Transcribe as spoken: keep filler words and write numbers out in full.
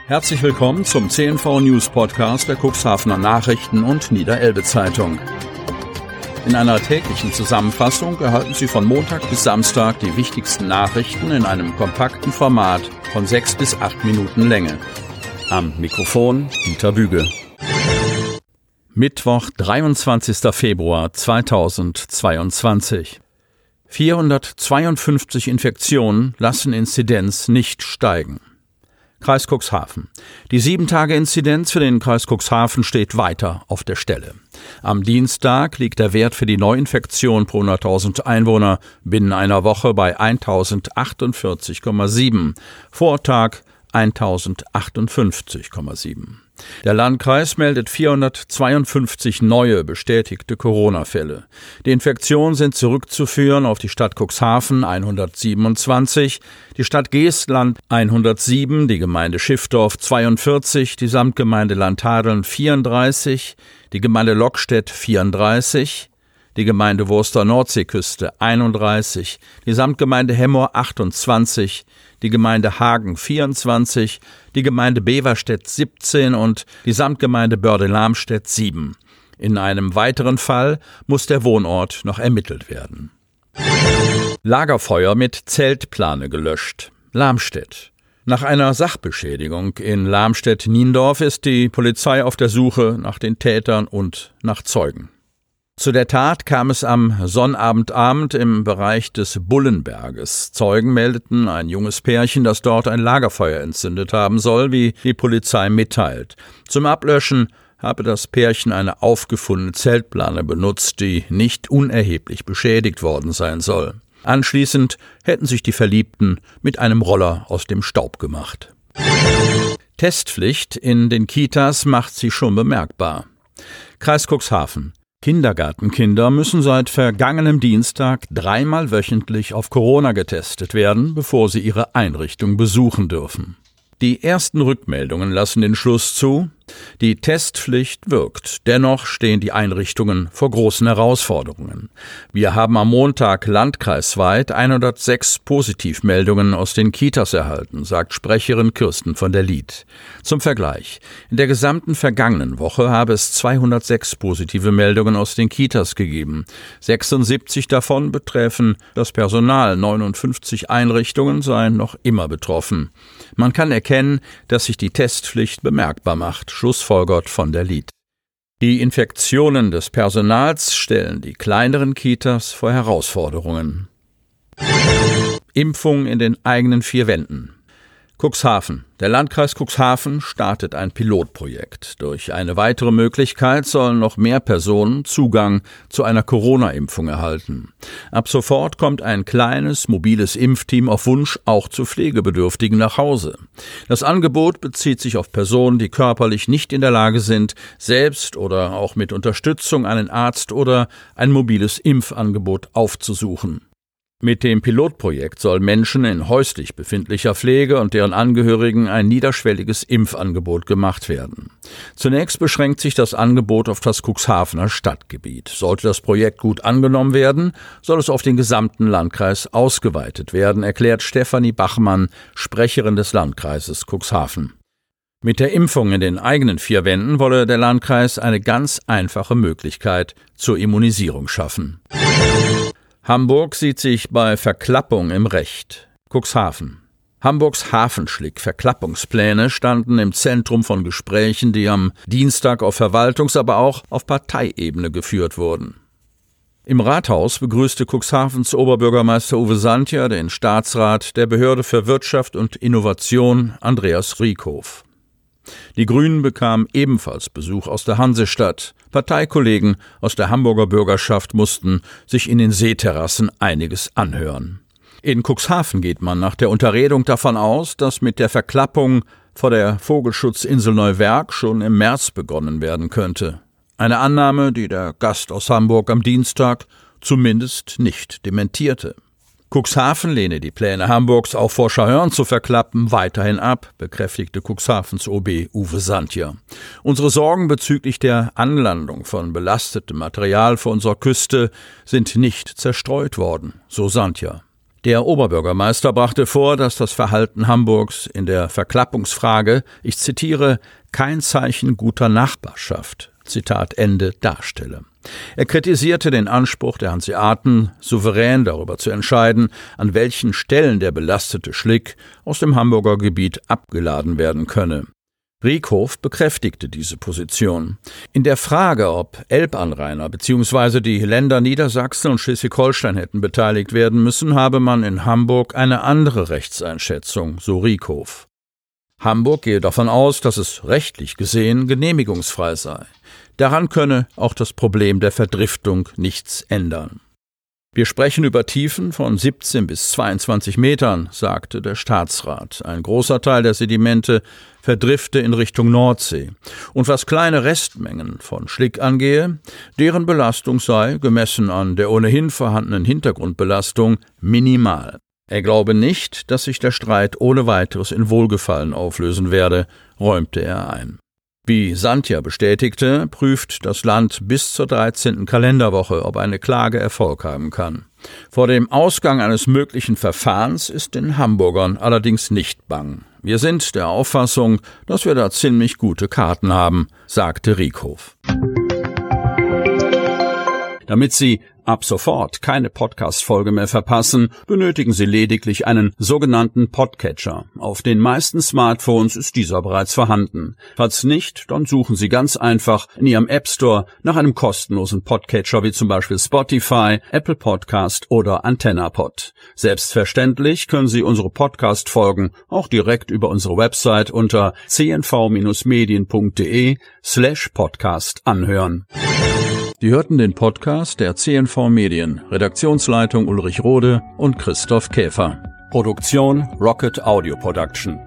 Herzlich willkommen zum C N V News Podcast der Cuxhavener Nachrichten und Niederelbe Zeitung. In einer täglichen Zusammenfassung erhalten Sie von Montag bis Samstag die wichtigsten Nachrichten in einem kompakten Format von sechs bis acht Minuten Länge. Am Mikrofon Dieter Büge. Mittwoch, dreiundzwanzigster Februar zweitausendzweiundzwanzig. vierhundertzweiundfünfzig Infektionen lassen Inzidenz nicht steigen. Kreis Cuxhaven. Die sieben-Tage-Inzidenz für den Kreis Cuxhaven steht weiter auf der Stelle. Am Dienstag liegt der Wert für die Neuinfektion pro hunderttausend Einwohner binnen einer Woche bei tausendachtundvierzig Komma sieben, Vortag tausendachtundfünfzig Komma sieben. Der Landkreis meldet vierhundertzweiundfünfzig neue bestätigte Corona-Fälle. Die Infektionen sind zurückzuführen auf die Stadt Cuxhaven hundertsiebenundzwanzig, die Stadt Geestland hundertsieben, die Gemeinde Schiffdorf zweiundvierzig, die Samtgemeinde Landhadeln vierunddreißig, die Gemeinde Lockstedt vierunddreißig, die Gemeinde Wurster Nordseeküste einunddreißig, die Samtgemeinde Hemmoor achtundzwanzig, die Gemeinde Hagen vierundzwanzig, die Gemeinde Beverstedt siebzehn und die Samtgemeinde Börde-Lamstedt sieben. In einem weiteren Fall muss der Wohnort noch ermittelt werden. Lagerfeuer mit Zeltplane gelöscht. Lamstedt. Nach einer Sachbeschädigung in Lamstedt-Niendorf ist die Polizei auf der Suche nach den Tätern und nach Zeugen. Zu der Tat kam es am Sonnabendabend im Bereich des Bullenberges. Zeugen meldeten ein junges Pärchen, das dort ein Lagerfeuer entzündet haben soll, wie die Polizei mitteilt. Zum Ablöschen habe das Pärchen eine aufgefundene Zeltplane benutzt, die nicht unerheblich beschädigt worden sein soll. Anschließend hätten sich die Verliebten mit einem Roller aus dem Staub gemacht. Testpflicht in den Kitas macht sich schon bemerkbar. Kreis Cuxhaven. Kindergartenkinder müssen seit vergangenem Dienstag dreimal wöchentlich auf Corona getestet werden, bevor sie ihre Einrichtung besuchen dürfen. Die ersten Rückmeldungen lassen den Schluss zu, die Testpflicht wirkt. Dennoch stehen die Einrichtungen vor großen Herausforderungen. Wir haben am Montag landkreisweit hundertsechs Positivmeldungen aus den Kitas erhalten, sagt Sprecherin Kirsten von der Lied. Zum Vergleich: In der gesamten vergangenen Woche habe es zweihundertsechs positive Meldungen aus den Kitas gegeben. sechsundsiebzig davon betreffen das Personal, neunundfünfzig Einrichtungen seien noch immer betroffen. Man kann erkennen, dass sich die Testpflicht bemerkbar macht, schlussfolgert von der Lied. Die Infektionen des Personals stellen die kleineren Kitas vor Herausforderungen. Impfung in den eigenen vier Wänden. Cuxhaven. Der Landkreis Cuxhaven startet ein Pilotprojekt. Durch eine weitere Möglichkeit sollen noch mehr Personen Zugang zu einer Corona-Impfung erhalten. Ab sofort kommt ein kleines, mobiles Impfteam auf Wunsch auch zu Pflegebedürftigen nach Hause. Das Angebot bezieht sich auf Personen, die körperlich nicht in der Lage sind, selbst oder auch mit Unterstützung einen Arzt oder ein mobiles Impfangebot aufzusuchen. Mit dem Pilotprojekt soll Menschen in häuslich befindlicher Pflege und deren Angehörigen ein niederschwelliges Impfangebot gemacht werden. Zunächst beschränkt sich das Angebot auf das Cuxhavener Stadtgebiet. Sollte das Projekt gut angenommen werden, soll es auf den gesamten Landkreis ausgeweitet werden, erklärt Stefanie Bachmann, Sprecherin des Landkreises Cuxhaven. Mit der Impfung in den eigenen vier Wänden wolle der Landkreis eine ganz einfache Möglichkeit zur Immunisierung schaffen. Hamburg sieht sich bei Verklappung im Recht. Cuxhaven. Hamburgs Hafenschlick-Verklappungspläne standen im Zentrum von Gesprächen, die am Dienstag auf Verwaltungs-, aber auch auf Parteiebene geführt wurden. Im Rathaus begrüßte Cuxhavens Oberbürgermeister Uwe Santja den Staatsrat der Behörde für Wirtschaft und Innovation Andreas Riekhof. Die Grünen bekamen ebenfalls Besuch aus der Hansestadt. Parteikollegen aus der Hamburger Bürgerschaft mussten sich in den Seeterrassen einiges anhören. In Cuxhaven geht man nach der Unterredung davon aus, dass mit der Verklappung vor der Vogelschutzinsel Neuwerk schon im März begonnen werden könnte. Eine Annahme, die der Gast aus Hamburg am Dienstag zumindest nicht dementierte. Cuxhaven lehne die Pläne Hamburgs, auch vor Scharhörn zu verklappen, weiterhin ab, bekräftigte Cuxhavens O B Uwe Santja. Unsere Sorgen bezüglich der Anlandung von belastetem Material vor unserer Küste sind nicht zerstreut worden, so Santja. Der Oberbürgermeister brachte vor, dass das Verhalten Hamburgs in der Verklappungsfrage, ich zitiere, kein Zeichen guter Nachbarschaft, Zitat Ende, darstelle. Er kritisierte den Anspruch der Hanseaten, souverän darüber zu entscheiden, an welchen Stellen der belastete Schlick aus dem Hamburger Gebiet abgeladen werden könne. Riekhoff bekräftigte diese Position. In der Frage, ob Elbanrainer bzw. die Länder Niedersachsen und Schleswig-Holstein hätten beteiligt werden müssen, habe man in Hamburg eine andere Rechtseinschätzung, so Riekhoff. Hamburg gehe davon aus, dass es rechtlich gesehen genehmigungsfrei sei. Daran könne auch das Problem der Verdriftung nichts ändern. Wir sprechen über Tiefen von siebzehn bis zweiundzwanzig Metern, sagte der Staatsrat. Ein großer Teil der Sedimente verdrifte in Richtung Nordsee. Und was kleine Restmengen von Schlick angehe, deren Belastung sei, gemessen an der ohnehin vorhandenen Hintergrundbelastung, minimal. Er glaube nicht, dass sich der Streit ohne weiteres in Wohlgefallen auflösen werde, räumte er ein. Wie Sandja bestätigte, prüft das Land bis zur dreizehnten Kalenderwoche, ob eine Klage Erfolg haben kann. Vor dem Ausgang eines möglichen Verfahrens ist den Hamburgern allerdings nicht bang. Wir sind der Auffassung, dass wir da ziemlich gute Karten haben, sagte Riekhoff. Damit Sie ab sofort keine Podcast-Folge mehr verpassen, benötigen Sie lediglich einen sogenannten Podcatcher. Auf den meisten Smartphones ist dieser bereits vorhanden. Falls nicht, dann suchen Sie ganz einfach in Ihrem App Store nach einem kostenlosen Podcatcher wie zum Beispiel Spotify, Apple Podcast oder AntennaPod. Selbstverständlich können Sie unsere Podcast-Folgen auch direkt über unsere Website unter c n v medien punkt d e slash podcast anhören. Sie hörten den Podcast der C N V Medien, Redaktionsleitung Ulrich Rode und Christoph Käfer. Produktion Rocket Audio Production.